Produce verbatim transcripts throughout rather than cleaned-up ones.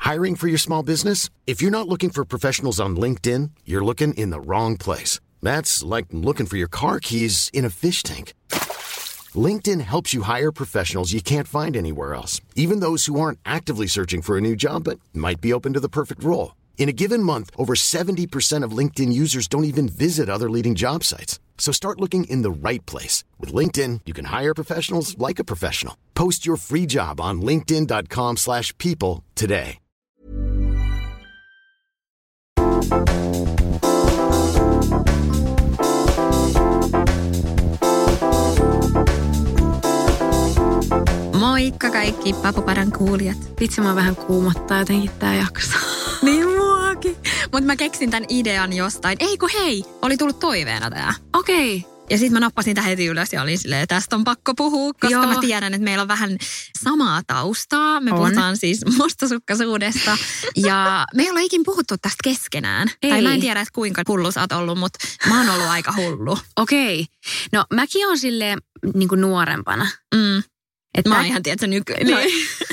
Hiring for your small business? If you're not looking for professionals on LinkedIn, you're looking in the wrong place. That's like looking for your car keys in a fish tank. LinkedIn helps you hire professionals you can't find anywhere else, even those who aren't actively searching for a new job but might be open to the perfect role. In a given month, over seventy percent of LinkedIn users don't even visit other leading job sites. So start looking in the right place. With LinkedIn, you can hire professionals like a professional. Post your free job on linkedin.com slash people today. Moikka kaikki Papupadan kuulijat. Vitsi, mä vähän kuumottaa jotenkin tää jakso. Niin muakin. Mutta mä keksin tän idean jostain. Ei kun hei, oli tullut toiveena tää. Okei. Okay. Ja sit mä nappasin tää heti ylös ja olin silleen, tästä on pakko puhua, koska Joo. mä tiedän, että meillä on vähän samaa taustaa. Me on. puhutaan siis mustasukkaisuudesta ja me ei olla ikin puhuttu tästä keskenään. Ei. Tai mä en tiedä, että kuinka hullu sä oot ollut, mutta mä oon ollut aika hullu. Okei. Okay. No mäkin on silleen niin kuin nuorempana. Mm. Että mä oon ihan, tiedätkö, nykyään. No.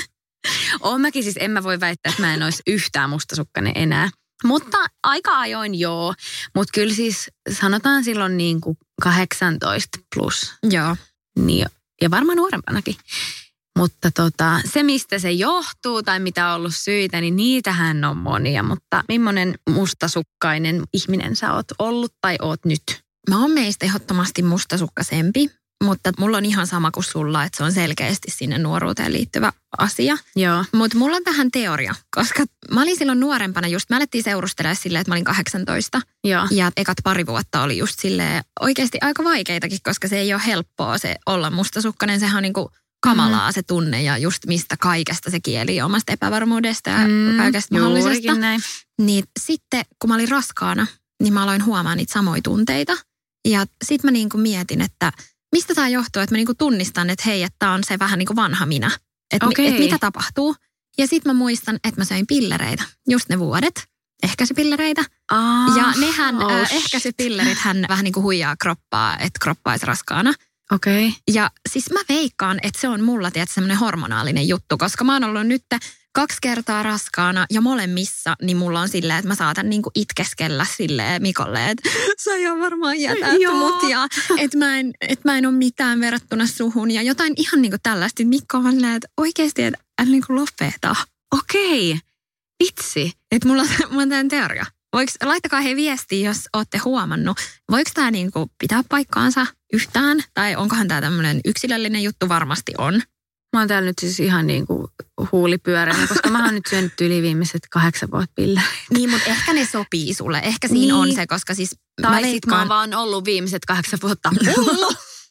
Oon mäkin siis, en mä voi väittää, että mä en olisi yhtään mustasukkainen enää. Mutta aika ajoin joo. Mutta kyllä siis sanotaan silloin niin kuin kahdeksantoista plus. Joo. Niin, ja varmaan nuorempanakin. Mutta tota, se, mistä se johtuu tai mitä on ollut syitä, niin niitähän on monia. Mutta millainen mustasukkainen ihminen sä oot ollut tai oot nyt? Mä oon meistä ehdottomasti mustasukkaisempi. Mutta mulla on ihan sama kuin sulla, että se on selkeästi sinne nuoruuteen liittyvä asia. Joo. Mutta mulla on tähän teoria, koska mä olin silloin nuorempana just, mä alettiin seurustella silleen, että mä olin kahdeksantoista. Joo. Ja ekat pari vuotta oli just silleen oikeasti aika vaikeitakin, koska se ei ole helppoa se olla mustasukkainen. Sehän on niinku kamalaa mm. se tunne ja just mistä kaikesta se kieli omasta epävarmuudesta ja mm. kaikesta mahdollisesta. Näin. Niin sitten kun mä olin raskaana, niin mä aloin huomaa niitä samoja tunteita. Ja sit mä niinku mietin, että mistä tämä johtuu, että mä niinku tunnistan, että hei, että tämä on se vähän niin kuin vanha minä. Että okay. et mitä tapahtuu. Ja sitten mä muistan, että mä söin pillereitä. Just ne vuodet. Ehkäisypillereitä. Ah, ja nehän, oh, äh, ehkäisypillerithän vähän niin kuin huijaa kroppaa, että kroppa olisi raskaana. Okei. Okay. Ja siis mä veikkaan, että se on mulla tietysti semmoinen hormonaalinen juttu, koska mä oon ollut nyt kaksi kertaa raskaana ja molemmissa, niin mulla on silleen, että mä saatan niinku itkeskellä silleen Mikolle, että sä ihan varmaan jätät mut ja että mä en, et mä en ole mitään verrattuna suhun ja jotain ihan niinku tällaista. Mikko on silleen, että oikeasti, että älä niinku lopeta. Okei, vitsi. Että mulla, mulla on tämän teoria. Voiko, laittakaa hei viestiä, jos olette huomannut. Voiko tämä niinku pitää paikkaansa yhtään? Tai onkohan tämä tämmöinen yksilöllinen juttu? Varmasti on. Mä oon täällä nyt siis ihan niin kuin huulipyöreänä, koska mä oon nyt syönyt yli viimeiset kahdeksan vuotta pillereitä. Niin, mutta ehkä ne sopii sulle. Ehkä siinä niin. on se, koska siis... Tai mä sit mä oon vaan ollut viimeiset kahdeksan vuotta hullu.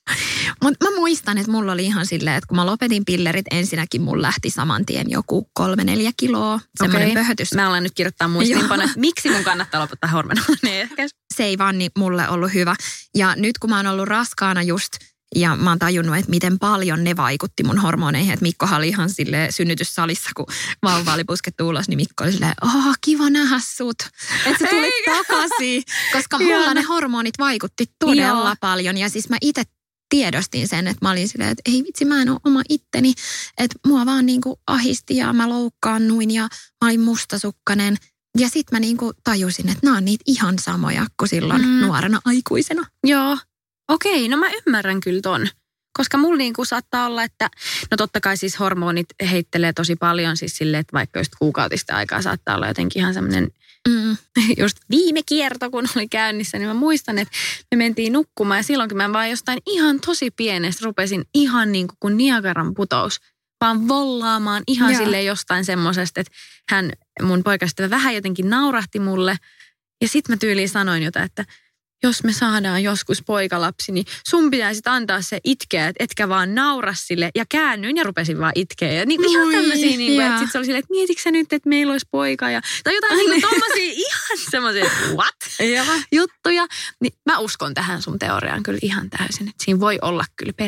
Mutta mä muistan, että mulla oli ihan silleen, että kun mä lopetin pillerit, ensinnäkin mulla lähti saman tien joku kolme neljä kiloa. Semmoinen okay. pöhötys. Mä alan nyt kirjoittaa muistiinpano, että miksi mun kannattaa lopettaa hormonaalinen ehkäisy. Se ei vaan niin mulle ollut hyvä. Ja nyt kun mä oon ollut raskaana just... Ja mä oon tajunnut, että miten paljon ne vaikutti mun hormoneihin. Että Mikkohan oli ihan silleen synnytyssalissa, kun vauva oli puskettu ulos, niin Mikko oli silleen, oh, kiva nähdä sut. Että sä tulit takaisin. Koska mulla ne hormonit vaikutti todella Joo. paljon. Ja siis mä itse tiedostin sen, että mä olin silleen, että ei vitsi, mä en ole oma itteni. Että mua vaan niinku ahisti ja mä loukkaannuin ja mä olin mustasukkainen. Ja sit mä niinku tajusin, että nämä on niitä ihan samoja kuin silloin mm. nuorena aikuisena. Joo. Okei, no mä ymmärrän kyllä ton. Koska mulla niinku saattaa olla, että no totta kai siis hormonit heittelee tosi paljon siis silleen, että vaikka just kuukautista aikaa saattaa olla jotenkin ihan semmoinen mm, just viime kierto, kun oli käynnissä, niin mä muistan, että me mentiin nukkumaan ja silloinkin mä vaan jostain ihan tosi pienestä rupesin ihan niin kuin, kuin Niagaran putous, vaan vollaamaan ihan yeah. silleen jostain semmosesta, että hän, mun poikaystävä vähän jotenkin naurahti mulle ja sit mä tyyliin sanoin jotain, että jos me saadaan joskus poikalapsi, niin sun pitäisi antaa se itkeä, että etkä vaan naura sille. Ja käännyin ja rupesin vaan itkeä. Ja niin, ihan tämmöisiä, niin kuin, että sit se oli silleen, että mietitkö sä nyt, että meillä olisi poika? Ja, tai jotain niin kuin tommosia ihan semmoisia, what? juttuja. Niin mä uskon tähän sun teoriaan kyllä ihan täysin. Että siinä voi olla kyllä perää.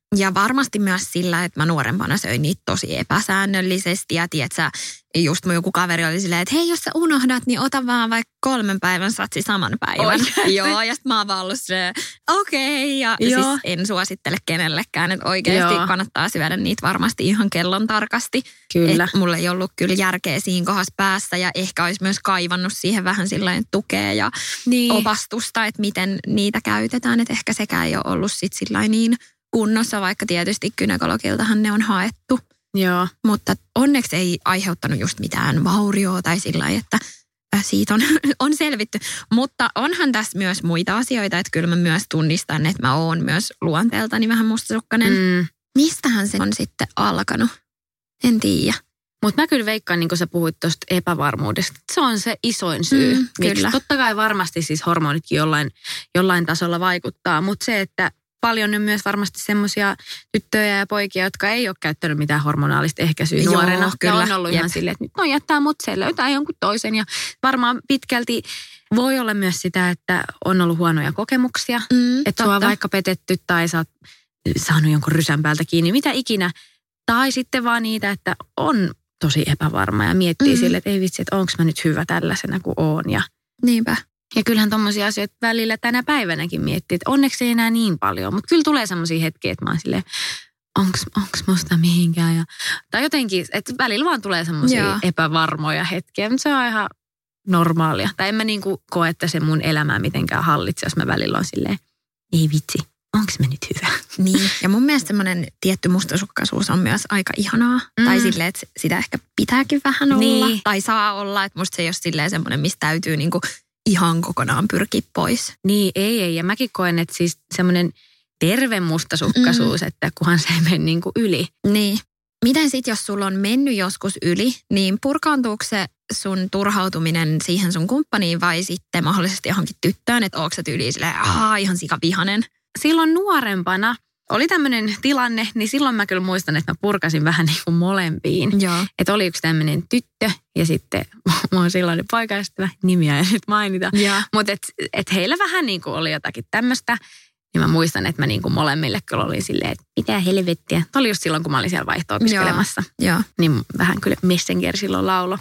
Ja varmasti myös sillä, että mä nuorempana söin niitä tosi epäsäännöllisesti. Ja tiedätkö, just mun joku kaveri oli silleen, että hei, jos sä unohdat, niin ota vaan vaikka kolmen päivän satsi saman päivän. Oikeasti? Joo, ja sitten mä oon vaan ollut silleen, okei. Okay. Ja Joo. siis en suosittele kenellekään, että oikeasti Joo. kannattaa syödä niitä varmasti ihan kellon tarkasti. Kyllä. Et mulla ei ollut kyllä järkeä siinä kohdassa päässä ja ehkä olisi myös kaivannut siihen vähän sillain tukea ja niin. opastusta, että miten niitä käytetään. Että ehkä sekään ei ole ollut sit sillain niin kunnossa, vaikka tietysti gynekologiltahan ne on haettu. Joo. Mutta onneksi ei aiheuttanut just mitään vaurioa tai sillä lailla, että siitä on, on selvitty. Mutta onhan tässä myös muita asioita, että kyllä mä myös tunnistan, että mä oon myös luonteeltani vähän mustasukkainen. Mm. Mistähän se on sitten alkanut? En tiedä. Mutta mä kyllä veikkaan, niin kuin sä puhuit tuosta epävarmuudesta, se on se isoin syy. Mm, kyllä. Totta kai varmasti siis hormonitkin jollain, jollain tasolla vaikuttaa, mutta se, että paljon on myös varmasti semmoisia tyttöjä ja poikia, jotka ei ole käyttänyt mitään hormonaalista ehkäisyä Joo, nuorena. Kyllä. Ja on ollut Jep. ihan silleen, että nyt no jättää mut, se löytää jonkun toisen. Ja varmaan pitkälti voi olla myös sitä, että on ollut huonoja kokemuksia. Mm, että sua on vaikka petetty tai sä oot saanut jonkun rysän päältä kiinni, mitä ikinä. Tai sitten vaan niitä, että on tosi epävarma ja miettii mm. sille, että ei vitsi, että onko mä nyt hyvä tällaisena kuin oon. Ja niinpä. Ja kyllähän tommosia asioita välillä tänä päivänäkin miettii, että onneksi ei enää niin paljon. Mutta kyllä tulee semmoisia hetkiä, että mä oon silleen, onks, onks musta mihinkään. Ja, tai jotenkin, että välillä vaan tulee semmoisia epävarmoja hetkiä, mutta se on ihan normaalia. Tai en mä niinku koe, että se mun elämää mitenkään hallitse, jos mä välillä on silleen, ei vitsi, onks mä nyt hyvä? Niin, ja mun mielestä semmoinen tietty mustasukkaisuus on myös aika ihanaa. Mm. Tai silleen, että sitä ehkä pitääkin vähän olla. Niin. Tai saa olla, että musta se ei ole silleen semmoinen, mistä täytyy niinku ihan kokonaan pyrkiä pois. Niin, ei, ei. Ja mäkin koen, että siis semmoinen terve mustasukkaisuus, mm. että kunhan se ei mene niin kuin yli. Niin. Miten sitten, jos sulla on mennyt joskus yli, niin purkaantuuko se sun turhautuminen siihen sun kumppaniin vai sitten mahdollisesti johonkin tyttöön, että ootko sä tyyliin silleen, ahaa, ihan sikavihanen? Silloin nuorempana oli tämmöinen tilanne, niin silloin mä kyllä muistan, että mä purkasin vähän niin kuin molempiin. Joo. Että oli yksi tämmöinen tyttö ja sitten mä oon silloin poikaystävä, nimiä ei nyt mainita. Mutta että et heillä vähän niin kuin oli jotakin tämmöistä. Niin mä muistan, että mä niin kuin molemmille kyllä olin silleen, että mitä helvettiä. Tämä oli just silloin, kun mä olin siellä vaihto-opiskelemassa. Joo. Niin vähän kyllä Messenger silloin laulo.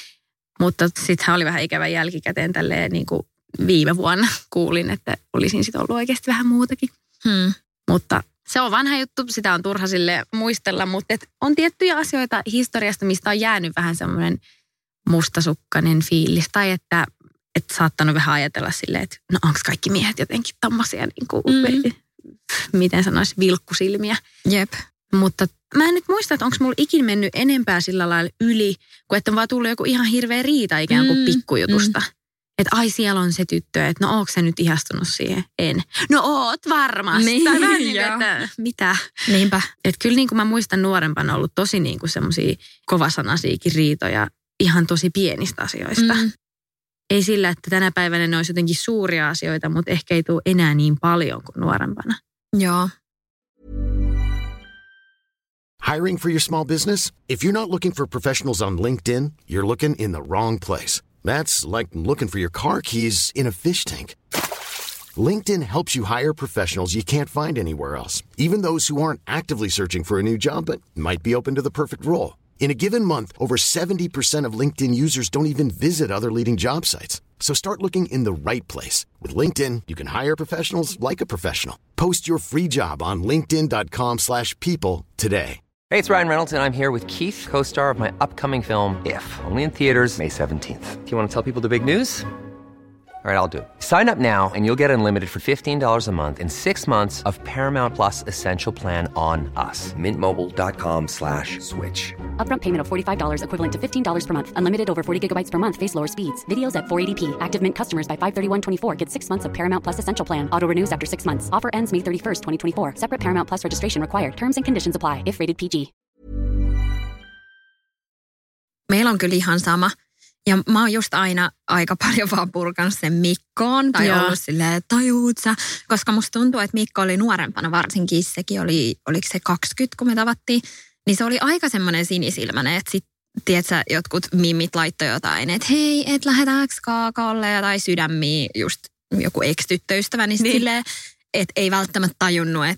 Mutta sittenhän oli vähän ikävä jälkikäteen tälleen niin kuin viime vuonna kuulin, että olisin sitten ollut oikeasti vähän muutakin. Hmm. Mutta se on vanha juttu, sitä on turha sille muistella, mutta et on tiettyjä asioita historiasta, mistä on jäänyt vähän semmoinen mustasukkainen fiilis. Tai että et saattanut vähän ajatella silleen, että no onko kaikki miehet jotenkin tommosia, niin kuin, mm. miten sanoisi, vilkkusilmiä. Jep. Mutta mä en nyt muista, että onko mulla ikin mennyt enempää sillä lailla yli, kuin että on vaan tullut joku ihan hirveä riita ikään kuin mm. pikkujutusta. Mm. Että ai siellä on se tyttö, että no ootko sä nyt ihastunut siihen? En. No oot varmasti. Niin, tai vähän niin kuin, että mitä? Niinpä. Että kyllä niin kuin mä muistan nuorempana ollut tosi niin kuin semmosia kovasanaisiakin riitoja ihan tosi pienistä asioista. Mm. Ei sillä, että tänä päivänä ne olisi jotenkin suuria asioita, mutta ehkä ei tule enää niin paljon kuin nuorempana. Joo. Hiring for your small business? If you're not looking for professionals on LinkedIn, you're looking in the wrong place. That's like looking for your car keys in a fish tank. LinkedIn helps you hire professionals you can't find anywhere else, even those who aren't actively searching for a new job but might be open to the perfect role. In a given month, over seventy percent of LinkedIn users don't even visit other leading job sites. So start looking in the right place. With LinkedIn, you can hire professionals like a professional. Post your free job on linkedin dot com slash people today. Hey, it's Ryan Reynolds, and I'm here with Keith, co-star of my upcoming film, If, only in theaters May seventeenth. Do you want to tell people the big news? All right, I'll do it. Sign up now and you'll get unlimited for fifteen dollars a month and six months of Paramount Plus Essential Plan on us. Mint Mobile dot com slash switch. Upfront payment of forty-five dollars equivalent to fifteen dollars per month. Unlimited over forty gigabytes per month. Face lower speeds. Videos at four eighty p. Active Mint customers by five thirty-one twenty-four get six months of Paramount Plus Essential Plan. Auto renews after six months. Offer ends May thirty-first, twenty twenty-four. Separate Paramount Plus registration required. Terms and conditions apply if rated P G. Meillä on kyllä ihan sama. Ja mä oon just aina aika paljon vaan purkanut sen Mikkoon. Tai Joo. ollut silleen, että tajuut sä. Koska musta tuntuu, että Mikko oli nuorempana varsinkin. Sekin oli, oliko se kaksikymmentä, kun me tavattiin. Niin se oli aika semmoinen sinisilmäinen, että sit, tiedätkö, jotkut mimit laittoi jotain, että hei, et lähdetäänkö kaakaolle tai sydämiä, just joku ex-tyttöystävä, niin, niin. silleen, että ei välttämättä tajunnut, että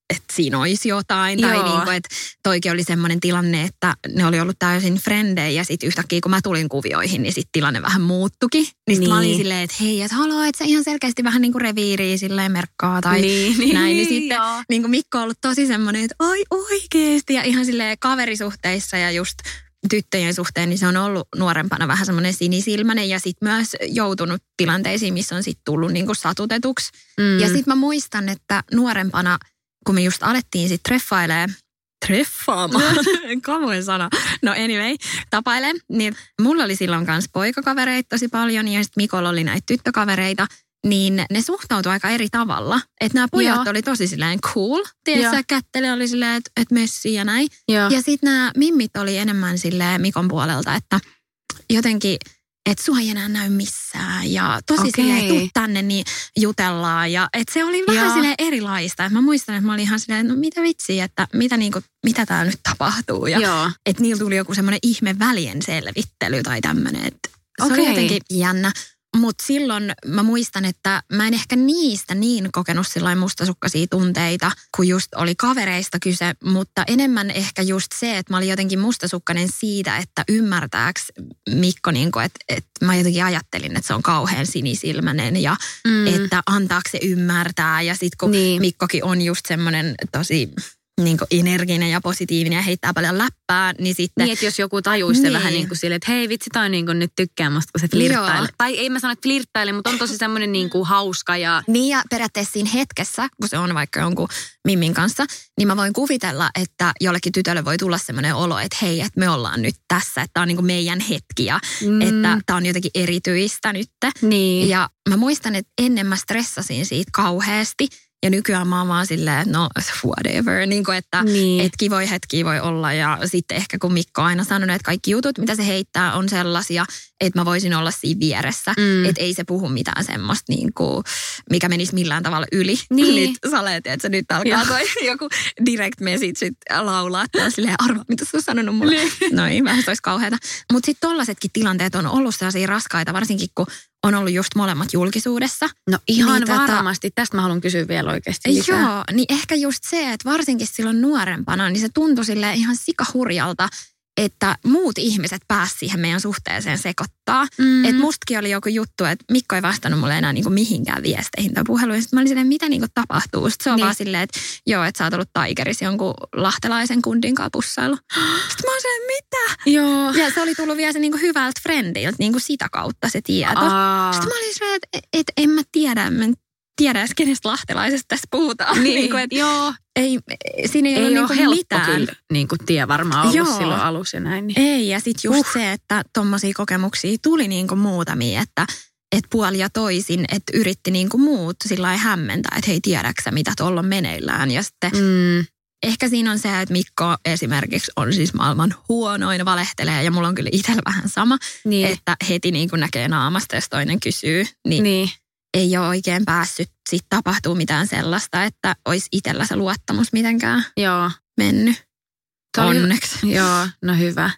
että siinä olisi jotain. Tai Joo. niin kuin, että toikin oli semmoinen tilanne, että ne oli ollut täysin frendejä ja sitten yhtäkkiä kun mä tulin kuvioihin, niin sitten tilanne vähän muuttukin. Niin sitten Niin. mä olin silleen, että hei, että haloo, että se ihan selkeästi vähän niin kuin reviiriä silleen merkkaa tai Niin, niin, näin. Niin sitten joo. niin kuin Mikko on ollut tosi semmoinen, että oi oikeesti ja ihan silleen kaverisuhteissa ja just tyttöjen suhteen, niin se on ollut nuorempana vähän semmoinen sinisilmäinen ja sitten myös joutunut tilanteisiin, missä on sitten tullut niinku satutetuksi. Mm. Ja sitten mä muistan, että nuorempana, kun me just alettiin sitten treffailemaan, treffaamaan, kamoin sana, no anyway, tapailee, niin mulla oli silloin kanssa poikakavereita tosi paljon ja sitten Mikolla oli näitä tyttökavereita, niin ne suhtautui aika eri tavalla. Että nämä pojat Joo. oli tosi silleen cool. Tiedätkö, kättele oli silleen, että et messi ja näin. Joo. Ja sitten nämä mimmit oli enemmän silleen Mikon puolelta, että jotenkin, että sua ei enää näy missään. Ja tosi Okei. silleen, tuu tänne, niin jutellaan. Ja että se oli vähän Joo. silleen erilaista. Et mä muistan, että mä olin ihan silleen, no mitä vitsiä, että mitä, niinku, mitä täällä nyt tapahtuu. Ja Joo. että niillä tuli joku semmoinen ihme välien selvittely tai tämmöinen. Että se oli Okei. jotenkin jännä. Mutta silloin mä muistan, että mä en ehkä niistä niin kokenut sillain mustasukkaisia tunteita, kun just oli kavereista kyse, mutta enemmän ehkä just se, että mä olin jotenkin mustasukkainen siitä, että ymmärtääks Mikko, niin kun, että, että mä jotenkin ajattelin, että se on kauhean sinisilmäinen ja Mm. että antaako se ymmärtää. Ja sit kun Niin. Mikkokin on just semmoinen tosi niin kuin energinen ja positiivinen ja heittää paljon läppää, niin sitten... Niin, että jos joku tajuisi Niin. se vähän niin kuin silleen, että hei vitsi, toi niin kuin nyt tykkää musta, kun se flirttailee. Tai ei mä sano, että flirttailee, mutta on tosi semmoinen niin kuin hauska ja... Niin ja periaatteessa siinä hetkessä, kun se on vaikka jonkun mimmin kanssa, niin mä voin kuvitella, että jollekin tytölle voi tulla semmoinen olo, että hei, että me ollaan nyt tässä, että tää on niin kuin meidän hetki ja Mm. että tää on jotenkin erityistä nyt. Niin. Ja mä muistan, että ennen mä stressasin siitä kauheasti ja nykyään mä oon vaan silleen, että no whatever, niin kuin että Niin. et kivoja hetkiä voi olla ja sitten ehkä kun Mikko on aina sanonut, että kaikki jutut, mitä se heittää, on sellaisia, että mä voisin olla siinä vieressä. Mm. Että ei se puhu mitään semmoista, niin kuin, mikä menisi millään tavalla yli. Niin. Nyt Saleet, että se nyt alkaa toi joku direct message laulaa, että on silleen, arvaa, mitä sä oot sanonut mulle. Niin. No ei, vähän se olisi kauheata. Mutta sitten tollaisetkin tilanteet on ollut sellaisia raskaita, varsinkin kun on ollut just molemmat julkisuudessa. No ihan Niin, tota- varmasti. Tästä mä haluan kysyä vielä oikeasti lisää. Joo, niin ehkä just se, että varsinkin silloin nuorempana, niin se tuntui silleen ihan sikahurjalta, että muut ihmiset pääsivät siihen meidän suhteeseen sekoittaa. Mm. Että mustakin oli joku juttu, että Mikko ei vastannut mulle enää niinku mihinkään viesteihin tai puheluihin. Sitten mä olin silleen, mitä niinku tapahtuu? Sitten se on Niin. vaan silleen, että joo, että sä oot ollut Tigerissa jonkun lahtelaisen kundin kanssa pussailu. Sitten mä olin silleen, mitä? Joo. Ja se oli tullut vielä se niinku hyvältä friendiltä, niinku sitä kautta se tieto. Aa. Sitten mä olin silleen, että et, en mä tiedä, mä en tiedä edes kenestä lahtelaisesta tässä puhutaan. Niin, Niinku, et joo. ei, siinä ei, Ei ollut ole niinku helppo mitään. kyllä niin kuin tie varmaan ollut Joo. silloin alussa ja näin. Niin. Ei, ja sitten just Uh. se, että tommosia kokemuksia tuli niinku muutamia, että et puoli ja toisin, että yritti niinku muut sillä lailla hämmentää, että hei, tiedäksä mitä tuolla on meneillään. Ja sitten Mm. ehkä siinä on se, että Mikko esimerkiksi on siis maailman huonoin, valehtelee, ja mulla on kyllä itsellä vähän sama, Niin. että heti niinku näkee naamasta, jos toinen kysyy, niin, niin. ei ole oikein päässyt sit tapahtuu mitään sellaista, että olisi itsellä se luottamus mitenkään Joo. mennyt. Toi oli- Onneksi. Joo, no hyvä.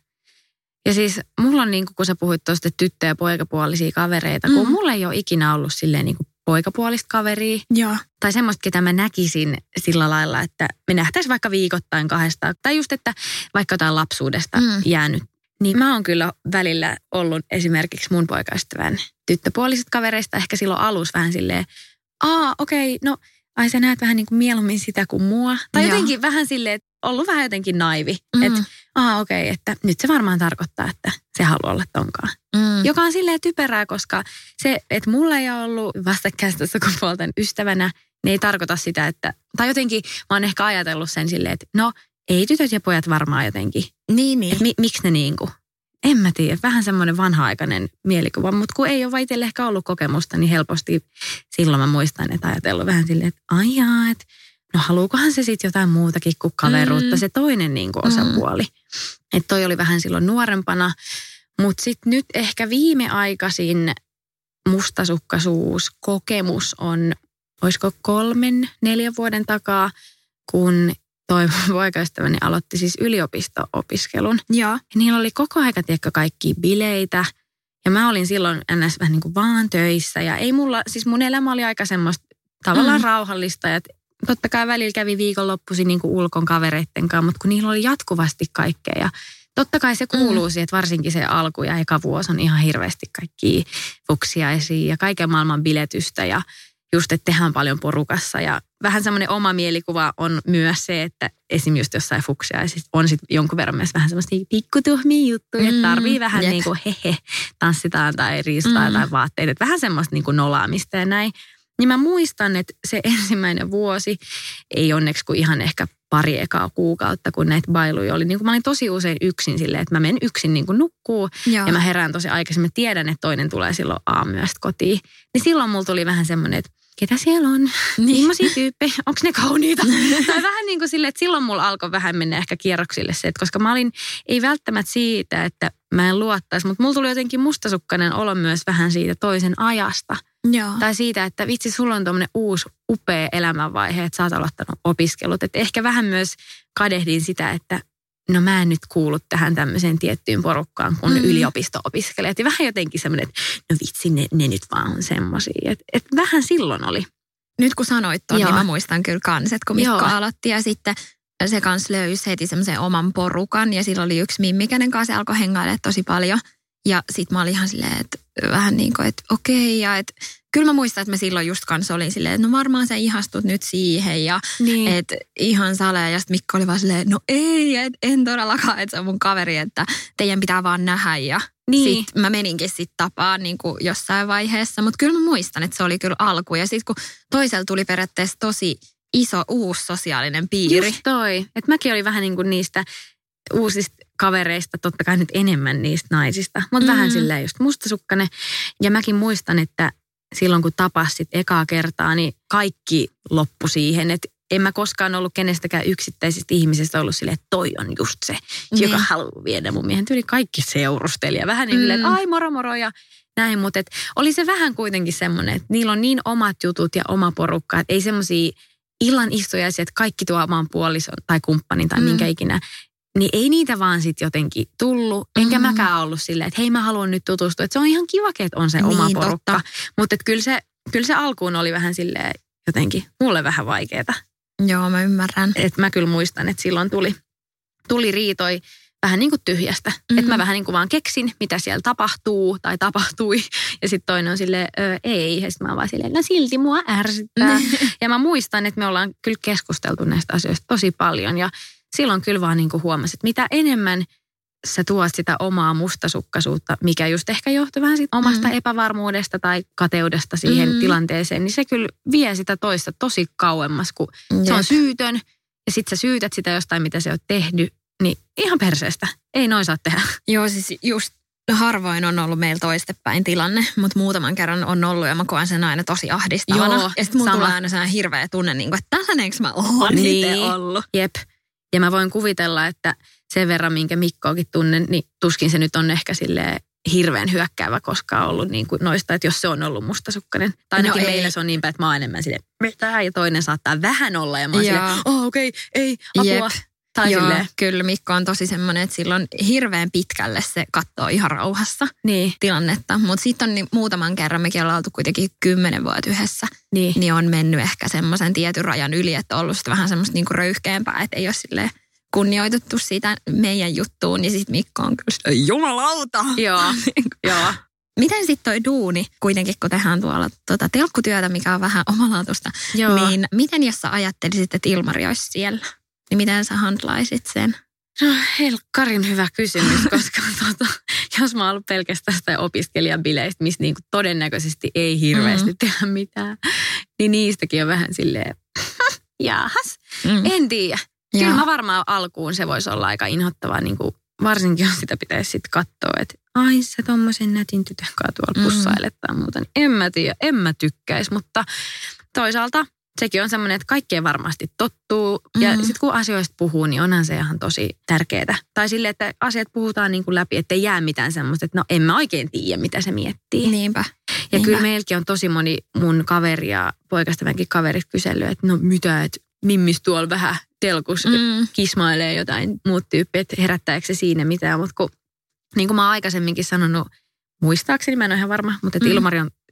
Ja siis mulla on niin kuin, kun sä puhuit tuosta tyttö- ja poikapuolisia kavereita, kun Mm. mulla ei ole ikinä ollut silleen niin kuin poikapuolista kaveria. Joo. Tai semmoista, ketä mä näkisin sillä lailla, että me nähtäisiin vaikka viikoittain kahdesta. Tai just, että vaikka jotain lapsuudesta Mm. jäänyt. Niin mä oon kyllä välillä ollut esimerkiksi mun poikaystävän tyttöpuolisista kavereista ehkä silloin alussa vähän silleen, aa okei, okay, no ai sä näet vähän niin kuin mieluummin sitä kuin mua. Tai Joo. jotenkin vähän silleen, että ollut vähän jotenkin naivi. Mm. Että aa okei, okay, että nyt se varmaan tarkoittaa, että se haluaa olla tonkaan. Mm. Joka on silleen typerää, koska se, että mulla ei ole ollut vastakkäistä sukupuolten ystävänä, niin ei tarkoita sitä, että, tai jotenkin mä oon ehkä ajatellut sen silleen, että no ei tytöt ja pojat varmaan jotenkin. Niin, niin. Että mi, miksi ne niinku, en mä tiedä, vähän semmoinen vanha-aikainen mielikuva, mutta kun ei ole vaan itselle ehkä ollut kokemusta, niin helposti silloin mä muistan, että ajatellut vähän silleen, että aijaa, että no haluukohan se sitten jotain muutakin kuin kaveruutta, Mm. se toinen niinku osapuoli. Mm. Että toi oli vähän silloin nuorempana, mutta sitten nyt ehkä viimeaikaisin mustasukkaisuus, kokemus on, olisiko kolmen, neljän vuoden takaa, kun toi poikaystäväni aloitti siis yliopisto-opiskelun. Joo. Ja niillä oli koko aika, tiedätkö, kaikkia bileitä. Ja mä olin silloin ns. Vähän niin kuin vaan töissä. Ja ei mulla, siis mun elämä oli aika semmoista tavallaan Mm. rauhallista. Ja totta kai välillä kävi viikonloppuisin niin kuin ulkon kavereitten kanssa, mutta kun niillä oli jatkuvasti kaikkea ja totta kai se kuuluu mm. siihen, että varsinkin se alku ja eka vuosi on ihan hirveästi kaikkia fuksiaisia ja kaiken maailman biletystä ja just, että tehdään paljon porukassa ja vähän semmoinen oma mielikuva on myös se, että esim. Just jossain fuksiaisissa on sitten jonkun verran myös vähän semmoisia pikkutuhmia juttuja, mm. että tarvii vähän yep. niin kuin hehe, tanssitaan tai riistaa mm. tai vaatteita, että vähän semmoista niin kuin nolaamista ja näin. Niin mä muistan, että se ensimmäinen vuosi ei onneksi kuin ihan ehkä pari ekaa kuukautta, kun näitä bailuja oli. Niin kuin mä olin tosi usein yksin silleen, että mä menen yksin niin kuin nukkuu Joo. ja mä herään tosi aikaisin. Mä tiedän, että toinen tulee silloin aamuyöstä kotiin. Niin silloin mulla tuli vähän semmoinen, että ketä siellä on? Millaisia tyyppejä? Onko ne kauniita? Tai vähän niin kuin silleen, että silloin mulla alkoi vähän mennä ehkä kierroksille se, että koska mä olin, ei välttämättä siitä, että mä en luottaisi, mutta mulla tuli jotenkin mustasukkainen olo myös vähän siitä toisen ajasta. Joo. Tai siitä, että vitsi, sulla on tommoinen uusi upea elämänvaihe, että sä oot aloittanut opiskelut. Että ehkä vähän myös kadehdin sitä, että no mä en nyt kuulu tähän tämmöiseen tiettyyn porukkaan, kun mm. yliopisto-opiskelijat. Ja vähän jotenkin semmoinen, että no vitsi, ne, ne nyt vaan on semmosia. Että et vähän silloin oli. Nyt kun sanoit ton, niin mä muistan kyllä kans, että kun Mikko Joo. aloitti ja sitten se kans löysi heti semmoisen oman porukan. Ja sillä oli yksi mimmi, kenen kanssa se alkoi hengailemaan tosi paljon. Ja sit mä olin ihan silleen, että vähän niin kuin, että okei. Ja että kyllä mä muistan, että mä silloin just kanssa olin silleen, että no varmaan sä ihastut nyt siihen. Ja niin. että ihan salee. Ja sitten Mikko oli vaan silleen, no ei, et, en todellakaan, että se on mun kaveri, että teidän pitää vaan nähdä. Ja niin. sitten mä meninkin sitten tapaan niin kuin jossain vaiheessa. Mutta kyllä mä muistan, että se oli kyllä alku. Ja sitten kun toisella tuli periaatteessa tosi iso uusi sosiaalinen piiri. Just toi. Että mäkin olin vähän niin kuin niistä uusista kavereista, totta kai nyt enemmän niistä naisista, mutta mm. vähän silleen just mustasukkainen. Ja mäkin muistan, että silloin kun tapasit ekaa kertaa, niin kaikki loppui siihen, että en mä koskaan ollut kenestäkään yksittäisistä ihmisistä ollut silleen, että toi on just se, niin. joka haluaa viedä mun miehen. Tyyli kaikki seurusteli ja vähän niin mm. että ai moro moro ja näin, mutta et oli se vähän kuitenkin semmoinen, että niillä on niin omat jutut ja oma porukka, että ei semmoisia illan istujaisia, että kaikki tuo oman puolison tai kumppanin tai mm. minkä ikinä. Niin ei niitä vaan sitten jotenkin tullut. Enkä mm. mäkään ollut silleen, että hei mä haluan nyt tutustua. Että se on ihan kiva, että on se niin, oma porukka. Mutta kyllä se, kyllä se alkuun oli vähän silleen jotenkin mulle vähän vaikeeta. Joo, mä ymmärrän. Että mä kyllä muistan, että silloin tuli, tuli riitoi vähän niin kuin tyhjästä. Mm-hmm. Että mä vähän niin kuin vaan keksin, mitä siellä tapahtuu tai tapahtui. Ja sitten toinen on silleen, ei. Ja sitten mä oon vaan silleen, no silti mua ärsyttää. Ja mä muistan, että me ollaan kyllä keskusteltu näistä asioista tosi paljon. Ja silloin kyllä vaan niin kuin huomasin, että mitä enemmän sä tuot sitä omaa mustasukkaisuutta, mikä just ehkä johtuu vähän siitä omasta mm. epävarmuudesta tai kateudesta siihen mm. tilanteeseen, niin se kyllä vie sitä toista tosi kauemmas, kun Jep. se on syytön ja sit sä syytät sitä jostain, mitä se on tehnyt, niin ihan perseestä. Ei noin saa tehdä. Joo, siis just harvoin on ollut meillä toistepäin tilanne, mutta muutaman kerran on ollut ja mä koen sen aina tosi ahdistavana. Joo, ja sitten mulla tulee aina sellainen hirveä tunne, niin kuin, että tällainenko mä oon niin. itse ollut. Jep. Ja mä voin kuvitella, että sen verran, minkä Mikkoakin tunnen, niin tuskin se nyt on ehkä silleen hirveän hyökkäävä koskaan ollut niin kuin noista, että jos se on ollut mustasukkainen. Tai ainakin no meillä se on niin päin, että mä oon enemmän silleen, mitä? Ja toinen saattaa vähän olla ja mä oon silleen, oh okei, okay, ei, apua. Jep. Tai Joo, silleen. Kyllä Mikko on tosi semmoinen, että silloin hirveän pitkälle se katsoo ihan rauhassa niin. tilannetta. Mutta sitten on niin, muutaman kerran, mekin ollaan oltu kuitenkin kymmenen vuotta yhdessä, niin, niin on mennyt ehkä semmoisen tietyn rajan yli, että on ollut sitten vähän semmoista niinku röyhkeämpää, että ei ole silleen kunnioitettu siitä meidän juttuun. Niin sitten Mikko on kyllä jumalauta. Joo, joo. Miten sitten toi duuni, kuitenkin kun tehdään tuolla tuota telkkutyötä, mikä on vähän omalaatuista, Joo. niin miten jos sä ajattelisit, että Ilmari olisi siellä? Niin miten sä handlaisit sen? No helkkarin hyvä kysymys, koska tuota, jos mä oon ollut pelkästään sitä opiskelijabileistä, missä niinku todennäköisesti ei hirveästi mm. tehdä mitään, niin niistäkin on vähän silleen, jaahas, mm. en tiedä. Kyllä ja. Mä varmaan alkuun se voisi olla aika inhottavaa, niin kuin, varsinkin jos sitä pitäisi sitten katsoa, että ai sä tommosen nätin tytön kanssa tuolla pussailet tai muuta. Niin en mä tiedä, en mä tykkäisi, mutta toisaalta sekin on semmoinen, että kaikkeen varmasti tottuu. Ja mm-hmm. sitten kun asioista puhuu, niin onhan se ihan tosi tärkeää. Tai silleen, että asiat puhutaan niin kuin läpi, ettei jää mitään semmoista, että no en mä oikein tiedä, mitä se miettii. Niinpä. Ja Niinpä. Kyllä meilläkin on tosi moni mun kaveri ja poikastaväänkin kaverit kysellyt, että no mitä, että mimmis tuolla vähän telkus mm. kismailee jotain muut tyyppiä, että herättääkö se siinä mitään. Mutta kun, niin kuin mä oon aikaisemminkin sanonut, muistaakseni, mä en ole ihan varma, mutta että mm. Ilmari on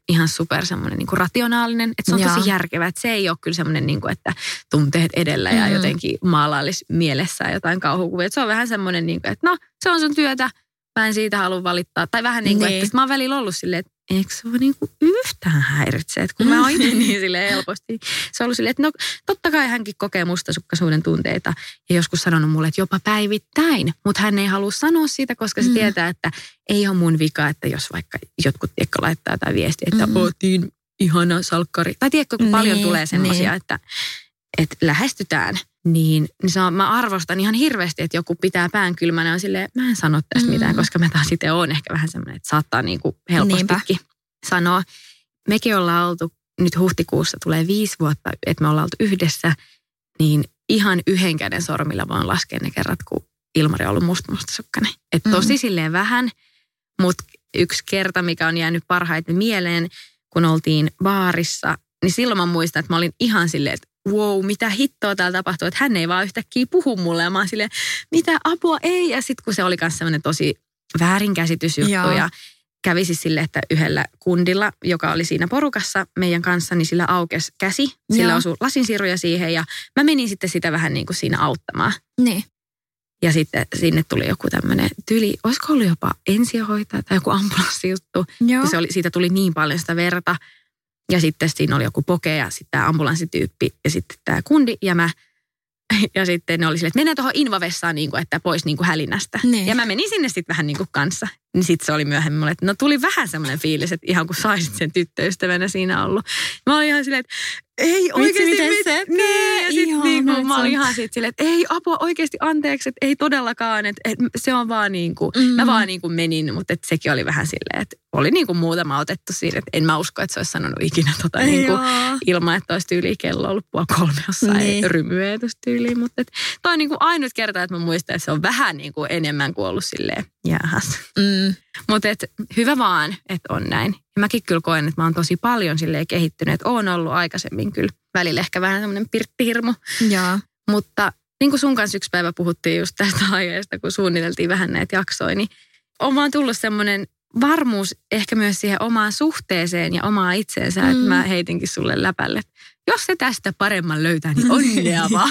ihan super semmoinen niin kuin rationaalinen, että se on Jaa. tosi järkevä. Että se ei ole kyllä semmoinen, niin kuin, että tunteet edellä ja Mm. jotenkin maalailisi mielessään jotain kauhukuvia. Että se on vähän semmoinen, niin kuin, että no, se on sun työtä, mä en siitä halua valittaa. Tai vähän niin kuin, Niin. että mä oon välillä ollut silleen, että eikö se ole niin kuin yhtään häiritse, että kun mä oon itse niin silleen helposti. Se on ollut silleen, että no totta kai hänkin kokee mustasukkaisuuden tunteita ja joskus sanonut mulle, että jopa päivittäin, mutta hän ei halua sanoa siitä, koska se Mm. tietää, että ei ole mun vika, että jos vaikka jotkut tiekko laittaa jotain viestiä, että Mm. ootiin ihana salkkari. Tai tiedätkö, kun Niin, paljon tulee semmoisia, niin. että, että lähestytään, niin, niin se on, mä arvostan ihan hirveästi, että joku pitää pään kylmänä ja on silleen, mä en sano tästä Mm. mitään, koska mä taas itse oon ehkä vähän semmoinen, että saattaa niin kuin helpostikin sanoa. Mekin ollaan oltu, nyt huhtikuussa tulee viisi vuotta, että me ollaan oltu yhdessä, niin ihan yhden käden sormilla vaan laskee ne kerrat, kun Ilmari on ollut musta mustasukkainen. Että tosi Mm. silleen vähän, mutta yksi kerta, mikä on jäänyt parhaiten mieleen, kun oltiin baarissa, niin silloin mä muistan, että mä olin ihan silleen, että wow, mitä hittoa täällä tapahtuu, että hän ei vaan yhtäkkiä puhu mulle. Ja mä oon silleen, mitä apua ei. Ja sitten kun se oli myös sellainen tosi väärinkäsitysjuttu Joo. ja kävi siis silleen, että yhdellä kundilla, joka oli siinä porukassa meidän kanssa, niin sillä aukesi käsi. Sillä Joo. osui lasinsiruja siihen ja mä menin sitten sitä vähän niin kuin siinä auttamaan. Niin. Ja sitten sinne tuli joku tämmöinen tyyli, olisiko ollut jopa ensihoitaja tai joku ambulanssijuttu. Joo. Ja se oli, siitä tuli niin paljon sitä verta. Ja sitten siinä oli joku poke ja sitten tämä ambulanssityyppi ja sitten tämä kundi ja mä. Ja sitten ne oli silleen, että mennään tuohon invavessaan, niin kuin, että pois niin kuin hälinästä. Niin. Ja mä menin sinne sitten vähän niin kuin kanssa. Niin sitten se oli myöhemmin mulle, että no tuli vähän semmoinen fiilis, että ihan kun saisit sen tyttöystävänä siinä ollut. Mä olin ihan silleen, että ei oikeasti. miten mit- se niin, ja sitten Ihanaa, niin kuin, että mä se olin on- ihan siitä silleen, että ei apua oikeasti anteeksi, että ei todellakaan. Että, että se on vaan niin kuin, Mm. mä vaan niin kuin menin, mutta että sekin oli vähän silleen, että oli niin kuin muutama otettu siinä. Että en mä usko, että se olisi sanonut ikinä tota niin kuin, Joo. ilman, että olisi tyyli kello ollut puoli kolme jossain Niin. rymyeetustyyliin. Mutta et, toi on niin kuin ainut kerta, että mä muistan, että se on vähän niin kuin enemmän kuin ollut silleen jäähäs. Mm. Mutta hyvä vaan, että on näin. Ja mäkin kyllä koen, että mä oon tosi paljon silleen kehittynyt. Että oon ollut aikaisemmin kyllä välillä ehkä vähän semmoinen pirttihirmu. Joo. Mutta niin kuin sun kanssa yksi päivä puhuttiin just tästä aiheesta, kun suunniteltiin vähän näitä jaksoja, niin on vaan tullut semmoinen varmuus ehkä myös siihen omaan suhteeseen ja omaan itseensä, mm. että mä heitinkin sulle läpälle. Jos se tästä paremman löytää, niin onnea vaan.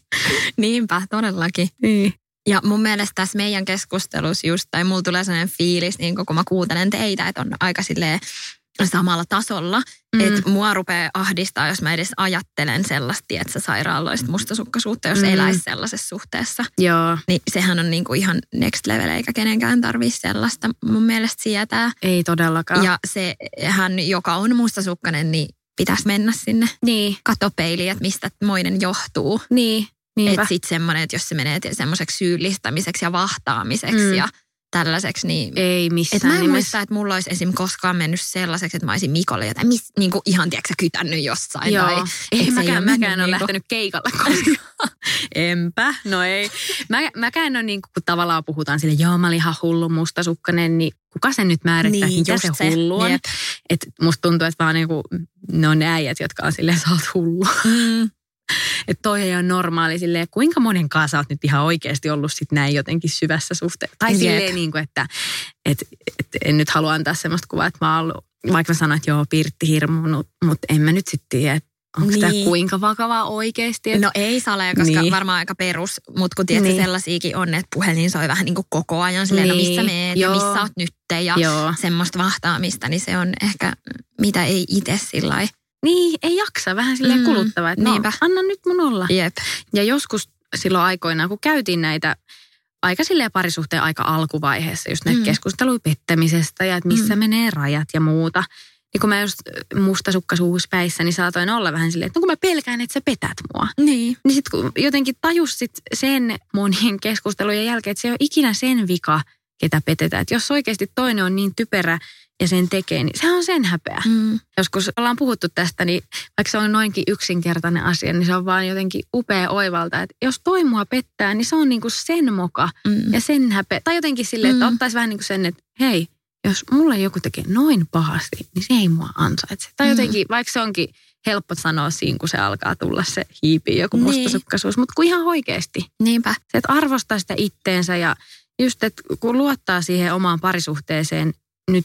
Niinpä, todellakin. Niin. Ja mun mielestä tässä meidän keskustelussa just, tai mulla tulee sellainen fiilis, niin kun mä kuuntelen teitä, että on aika silleen samalla tasolla. Mm. Että mua rupeaa ahdistaa, jos mä edes ajattelen sellaista, että sairaaloista mustasukkaisuutta, jos Mm. eläisi sellaisessa suhteessa. Joo. Niin sehän on niinku ihan next level, eikä kenenkään tarvitse sellaista mun mielestä sietää. Ei todellakaan. Ja sehän, joka on mustasukkainen, niin pitäisi mennä sinne Niin. katopeiliin, että mistä moinen johtuu. Niin. Niinpä. Että sitten semmoinen, että jos se menee semmoiseksi syyllistämiseksi ja vahtaamiseksi Mm. ja tällaiseksi, niin... Ei Että missään mä en nimessä. muista, että mulla olisi esim. koskaan mennyt sellaiseksi, että mä olisin Mikolle jotain, mis, niin kuin ihan tiedätkö kytännyt jossain. Joo. Tai, Ei et se mäkään, ole mennyt mäkään ole niinku- lähtenyt keikalle koskaan. Enpä, no ei. Mä, mäkään ole niin kuin, kun tavallaan puhutaan sille, joo mä olin ihan hullu mustasukkanen, niin kuka sen nyt määrittää, Niin, mitä just se se. hullu on. Jep. Et musta tuntuu, että vaan niinku, ne on ne äijät, jotka on silleen, sä oot hullu. Mm, Että toi ei ole normaali silleen, kuinka monen kanssa sä oot nyt ihan oikeasti ollut sit näin jotenkin syvässä suhteessa. Tai Jep. silleen niin kuin, että et, et en nyt halua antaa semmoista kuvaa, että mä oon ollut, vaikka mä sanoin, että joo, pirttihirmu, mutta en mä nyt sitten tiedä, että onko Niin. tämä kuinka vakavaa oikeasti. Et, no ei sale, koska Niin. varmaan aika perus, mutta kun tiedätkö Niin. sellaisiakin on, että puhelin soi vähän niin kuin koko ajan silleen, no Niin. missä meet ja Joo. missä oot nyt ja Joo. semmoista vahtaamista, niin se on ehkä mitä ei itse sillä lailla. Niin, ei jaksa, vähän silleen Mm, kuluttavaa, että no, niinpä. anna nyt mun olla. Jep. Ja joskus silloin aikoinaan, kun käytiin näitä aika silleen parisuhteen aika alkuvaiheessa, just näitä Mm. keskusteluja pettämisestä ja että missä Mm. menee rajat ja muuta. Niin kun mä just mustasukkaisuuspäissä, niin saatoin olla vähän silleen, että no kun mä pelkään, että sä petät mua. Niin. Niin sit kun jotenkin tajus sit sen monien keskustelujen jälkeen, että se ei ole ikinä sen vika, ketä petetään. Että jos oikeasti toinen on niin typerä ja sen tekee, niin sehän on sen häpeä. Mm. Joskus ollaan puhuttu tästä, niin vaikka se on noinkin yksinkertainen asia, niin se on vaan jotenkin upea oivalta, että jos toi mua pettää, niin se on niinku sen moka Mm. ja sen häpeä. Tai jotenkin silleen, että Mm. ottaisi vähän niin kuin sen, että hei, jos mulle joku tekee noin pahasti, niin se ei mua ansaitse. Tai Mm. jotenkin, vaikka se onkin helppo sanoa siinä, kun se alkaa tulla se hiipi, joku Niin. mustasukkaisuus, mutta kun ihan oikeasti. Niinpä. Se, että arvostaa sitä itteensä ja just, että kun luottaa siihen omaan parisuhteeseen nyt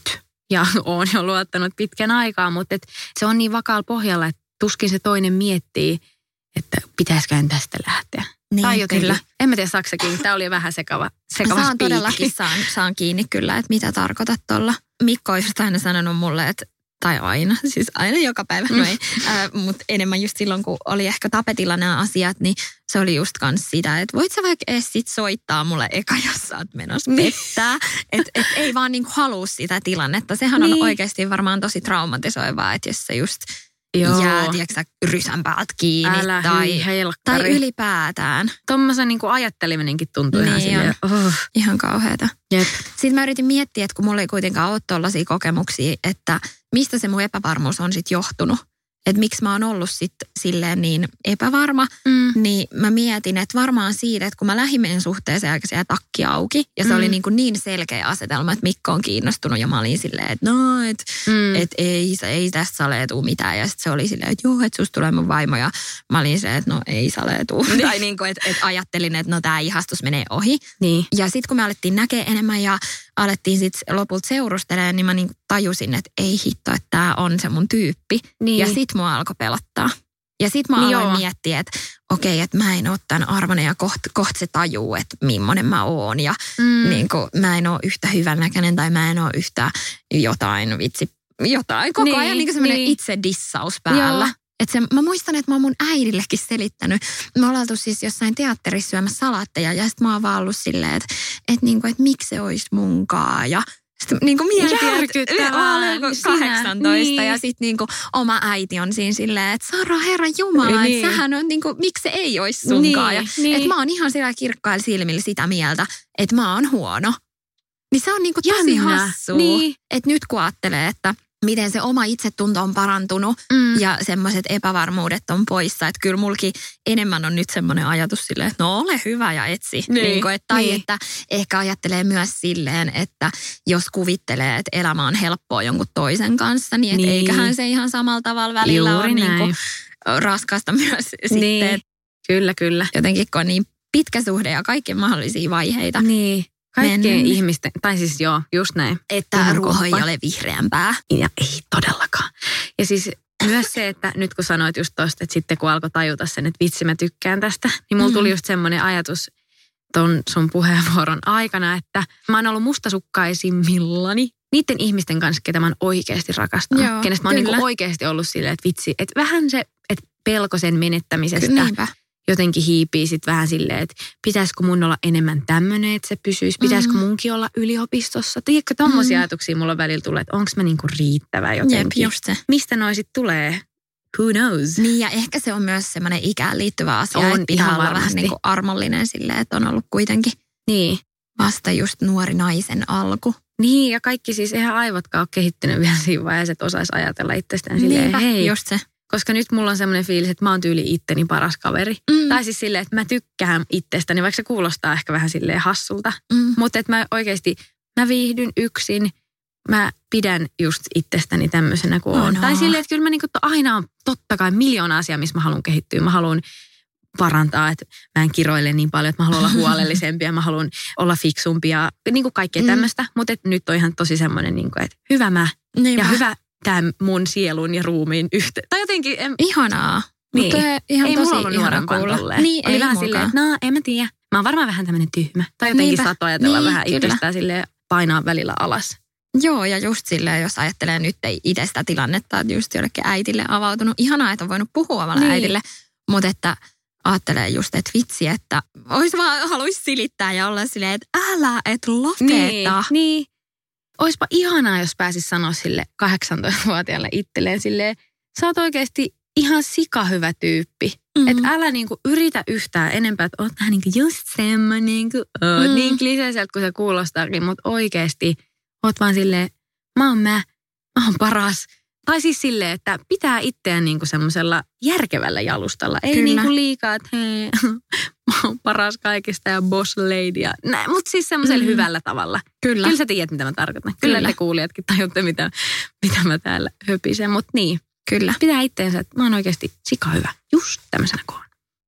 ja oon jo luottanut pitkän aikaa, mutta et se on niin vakaalla pohjalla, että tuskin se toinen miettii, että pitäisiköhän tästä lähteä. Niin, tai jotenkin, kyllä. en mä tiedä saako kiinni, tämä oli vähän sekava, sekava Saan spiikki. todellakin saan, saan kiinni kyllä, että mitä tarkoitat tuolla. Mikko on just aina sanonut mulle, että tai aina, siis aina joka päivä, no ei, äh, mutta enemmän just silloin, kun oli ehkä tapetilla nämä asiat, niin se oli just kans sitä, että voit sä vaikka edes sit soittaa mulle eka, jos sä oot menossa pettää. Että et ei vaan niinku halua sitä tilannetta. Sehän on niin. oikeasti varmaan tosi traumatisoivaa, että jos sä just Joo. jää, tiedätkö sä, rysän päältä kiinni. Älä tai, helkkari. tai ylipäätään. Tuommoisen niin kuin ajatteleminenkin tuntuu Niin ihan silleen, oh. Ihan kauheata. Jep. Sitten mä yritin miettiä, että kun mulla ei kuitenkaan ole tollaisia kokemuksia, että mistä se mun epävarmuus on sitten johtunut. Että miksi mä oon ollut sitten silleen niin epävarma, Mm. niin mä mietin, että varmaan siitä, että kun mä lähdin meidän suhteeseen aika siellä takki auki, ja se Mm. oli niin, kuin niin selkeä asetelma, että Mikko on kiinnostunut, ja mä olin silleen, että no, että Mm. et ei, ei tästä salee tuu mitään. Ja sitten se oli silleen, että joo, että susta tulee mun vaimo, ja mä olin silleen, että no ei salee tuu. Tai niin kuin, että et ajattelin, että no tää ihastus menee ohi. Niin. Ja sitten kun me alettiin näkee enemmän ja alettiin sitten lopulta seurustelemaan, niin mä niin tajusin, että ei hitto, että tämä on se mun tyyppi. Niin. Ja sitten mua alkoi pelottaa. Ja sitten mä Niin aloin joo. miettiä, että okei, että mä en ole tämän arvoinen ja kohta koht se tajuu, että millainen mä oon. Ja Mm. niin kuin, mä en ole yhtä hyvännäköinen tai mä en ole yhtä jotain vitsi, jotain. Koko Niin, ajan niin semmoinen niin. itse dissaus päällä. Joo. Et se, mä muistan, että mä oon mun äidillekin selittänyt. Me ollaan oltu siis jossain teatterissa syömässä salaatteja ja sitten mä oon vaan ollut silleen, että et niinku, et miksi se olisi munkaan ja sitten niinku mietin, että Järkyttävää, mä olen sinä, kahdeksantoista niin. ja sitten niinku oma äiti on siinä silleen, että Sara, herra Jumala, Niin. että sähän on niinku, miksi se ei olisi sunkaan. Niin, Ja, niin. Että mä oon ihan sillä kirkkailla silmillä sitä mieltä, että mä oon huono. Niin se on niinku tosi Jännä. hassua, Niin. että nyt kun ajattelee, että miten se oma itsetunto on parantunut Mm. ja semmoiset epävarmuudet on poissa. Että kyllä mulki enemmän on nyt semmoinen ajatus silleen, että no ole hyvä ja etsi. Niin, Niin kuin, että, tai niin. että ehkä ajattelee myös silleen, että jos kuvittelee, että elämä on helppoa jonkun toisen kanssa, niin, että Niin. eiköhän se ihan samalla tavalla välillä Juuri ole niin kuin näin. raskasta myös Niin. sitten. Kyllä, kyllä. Jotenkin kun on niin pitkä suhde ja kaikki mahdollisia vaiheita. Niin. Kaikkien Mennyt. ihmisten, tai siis joo, just näin. Että Ihan ruoho ei koppa. ole vihreämpää. Ja ei todellakaan. Ja siis myös se, että nyt kun sanoit just tosta, että sitten kun alkoi tajuta sen, että vitsi mä tykkään tästä, niin mulla tuli just semmoinen ajatus ton sun puheenvuoron aikana, että mä oon ollut mustasukkaisimmillani niiden ihmisten kanssa, ketä mä oon oikeasti rakastanut. Joo, kenestä mä oon kyllä. niinku oikeasti ollut silleen, että vitsi, että vähän se, että pelko sen menettämisestä Kyllä, niinpä. jotenkin hiipii sitten vähän silleen, että pitäisikö mun olla enemmän tämmöinen, että se pysyisi, pitäisikö Mm. munkin olla yliopistossa. Tiedätkö, tommosia Mm. ajatuksia mulla välillä tulee, että onko mä niinku riittävä Jep, jotenkin. just se. Mistä noi sit tulee? Who knows? Niin ja ehkä se on myös semmoinen ikään liittyvä asia, On, että pitää ihan olla vähän varmasti. niin kuin armollinen silleen, että on ollut kuitenkin Niin. vasta just nuori naisen alku. Niin, ja kaikki siis eihän aivotkaan ole kehittynyt vielä siinä vaiheessa, että osaisi ajatella itsestään silleen, Niinpä, hei. just se. Koska nyt mulla on semmoinen fiilis, että mä oon tyyli itteni paras kaveri. Mm. Tai siis silleen, että mä tykkään itsestäni, vaikka se kuulostaa ehkä vähän silleen hassulta. Mm. Mutta että mä oikeasti, mä viihdyn yksin, mä pidän just itsestäni tämmöisenä kuin on. No. Tai silleen, että kyllä mä niinku to, aina on totta kai miljoona asiaa, missä mä haluan kehittyä. Mä haluan parantaa, että mä en kiroile niin paljon, että mä haluan olla huolellisempi ja mä haluan olla fiksumpi ja niin kuin kaikkea Mm. tämmöistä. Mutta nyt on ihan tosi semmoinen, niin kuin, että hyvä mä Niinpä. ja hyvä tämä mun sielun ja ruumiin yhteen. Tai jotenkin, en, Ihanaa. Niin. Mutta ihan ei tosi mulla ollut ihana nuorempana kuulla. tolleen. Niin, Oli ei vähän mulkaan. silleen, että no, en mä tiedä. Mä oon varmaan vähän tämmöinen tyhmä. Tai jotenkin Niinpä. saattoi ajatella Niin, vähän kyllä. itsestään silleen painaa välillä alas. Joo, ja just silleen, jos ajattelee nyt ei itse sitä tilannetta, että just jollekin äitille avautunut. Ihanaa, että on voinut puhua omalle Niin. äitille, mutta että ajattelee just, että vitsi, että olisi vaan, haluaisi silittää ja olla silleen, että älä, et lopeta. Niin, niin. Oispa ihanaa, jos pääsis sanoa sille kahdeksantoistavuotiaalle itselleen silleen, sä oot oikeasti ihan sikahyvä tyyppi. Mm-hmm. Että älä niinku yritä yhtään enempää, että oot vähän niinku just semmoinen kuin oot. Mm. Niin kliseiseltä kuin se kuulostaakin, mutta oikeasti oot vaan silleen, mä oon mä, mä oon paras. Tai siis silleen, että pitää itseään niinku semmoisella järkevällä jalustalla. Ei Kyllä. niinku liikaa, että hei, mä oon paras kaikista ja boss lady. Ja näin, mutta siis semmoisella Mm. hyvällä tavalla. Kyllä. Kyllä sä tiedät, mitä mä tarkoitan. Kyllä, Kyllä. te kuulijatkin tajutte, mitä, mitä mä täällä höpisen. Mutta niin, Kyllä. pitää itteensä, että mä oon oikeasti sika hyvä. Just tämmöisenä kuin on.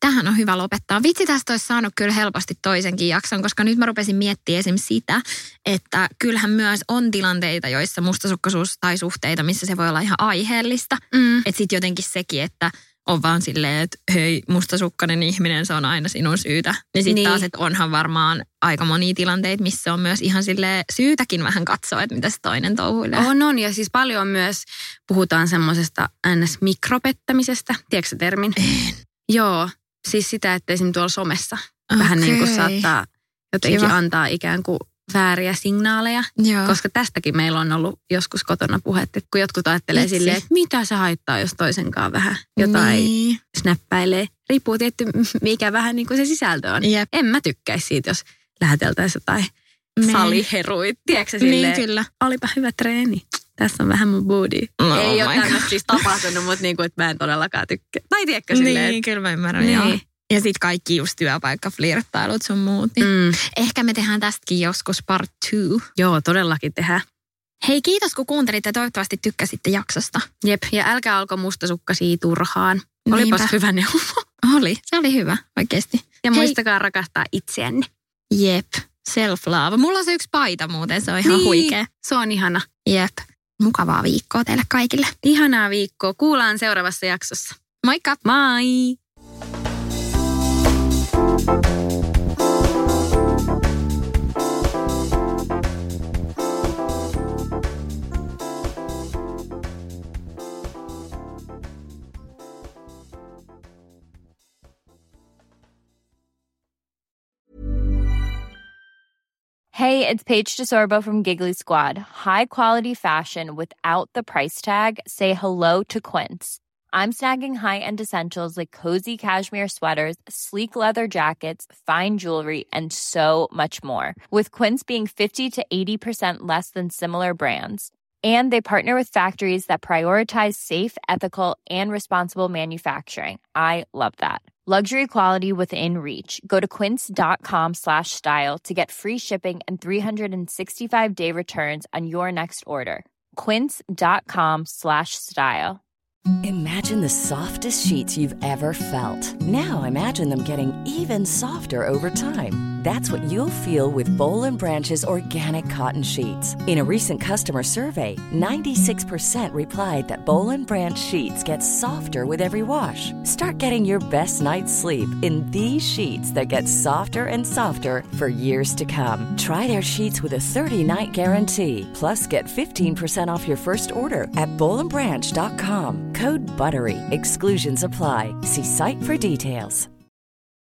tähän on hyvä lopettaa. Vitsi, tästä olisi saanut kyllä helposti toisenkin jakson, koska nyt mä rupesin miettimään esimerkiksi sitä, että kyllähän myös on tilanteita, joissa mustasukkaisuus tai suhteita, missä se voi olla ihan aiheellista. Mm. Että sitten jotenkin sekin, että on vaan silleen, että hei, mustasukkainen ihminen, se on aina sinun syytä. Niin sitten niin. taas, että onhan varmaan aika monia tilanteita, missä on myös ihan silleen syytäkin vähän katsoa, että mitä se toinen touhuilee. On, on. Ja siis paljon myös puhutaan semmoisesta ns. Mikropettämisestä. Tiedätkö sä termin? En. Joo. Siis sitä, että esimerkiksi tuolla somessa okay. vähän niin kuin saattaa jotenkin Kiva. antaa ikään kuin vääriä signaaleja. Joo. Koska tästäkin meillä on ollut joskus kotona puhetta, että kun jotkut ajattelee Itse. silleen, että mitä se haittaa, jos toisenkaan vähän jotain niin. snäppäilee. Riippuu tietty, mikä vähän niin kuin se sisältö on. Jep. En mä tykkäisi siitä, jos läheteltäisiin jotain niin. saliheruit. Tiedätkö silleen, niin, kyllä. olipa hyvä treeni. Tässä on vähän mun booty. No, Ei oh ole tämmöistä siis tapahtunut, mutta niin kuin, että mä en todellakaan tykkää. Tai tiedätkö silleen? Niin, kyllä mä ymmärrän. Niin. Joo. Ja sitten kaikki just työpaikkaflirttailut sun muut. Niin mm. Ehkä me tehdään tästäkin joskus part two. Joo, todellakin tehdään. Hei, kiitos kun kuuntelitte. Toivottavasti tykkäsitte jaksosta. Jep, ja älkää alko mustasukkasia turhaan. Olipas Niinpä. hyvä neuvo. Oli, se oli hyvä oikeasti. Ja Hei. muistakaa rakastaa itseänne. Jep, self-love. Mulla on se yksi paita muuten, se on ihan niin, huikea. Se on ihana. Jep, mukavaa viikkoa teille kaikille. Ihanaa viikkoa. Kuullaan seuraavassa jaksossa. Moikka! Moi! Hey, it's Paige DeSorbo from Giggly Squad. High quality fashion without the price tag. Say hello to Quince. I'm snagging high-end essentials like cozy cashmere sweaters, sleek leather jackets, fine jewelry, and so much more. With Quince being fifty to eighty percent less than similar brands. And they partner with factories that prioritize safe, ethical, and responsible manufacturing. I love that. Luxury quality within reach. Go to quince.com slash style to get free shipping and three sixty-five day returns on your next order. Quince.com slash style. Imagine the softest sheets you've ever felt. Now imagine them getting even softer over time. That's what you'll feel with Boll and Branch's organic cotton sheets. In a recent customer survey, ninety-six percent replied that Boll and Branch sheets get softer with every wash. Start getting your best night's sleep in these sheets that get softer and softer for years to come. Try their sheets with a thirty-night guarantee. Plus, get fifteen percent off your first order at boll and branch dot com. Code BUTTERY. Exclusions apply. See site for details.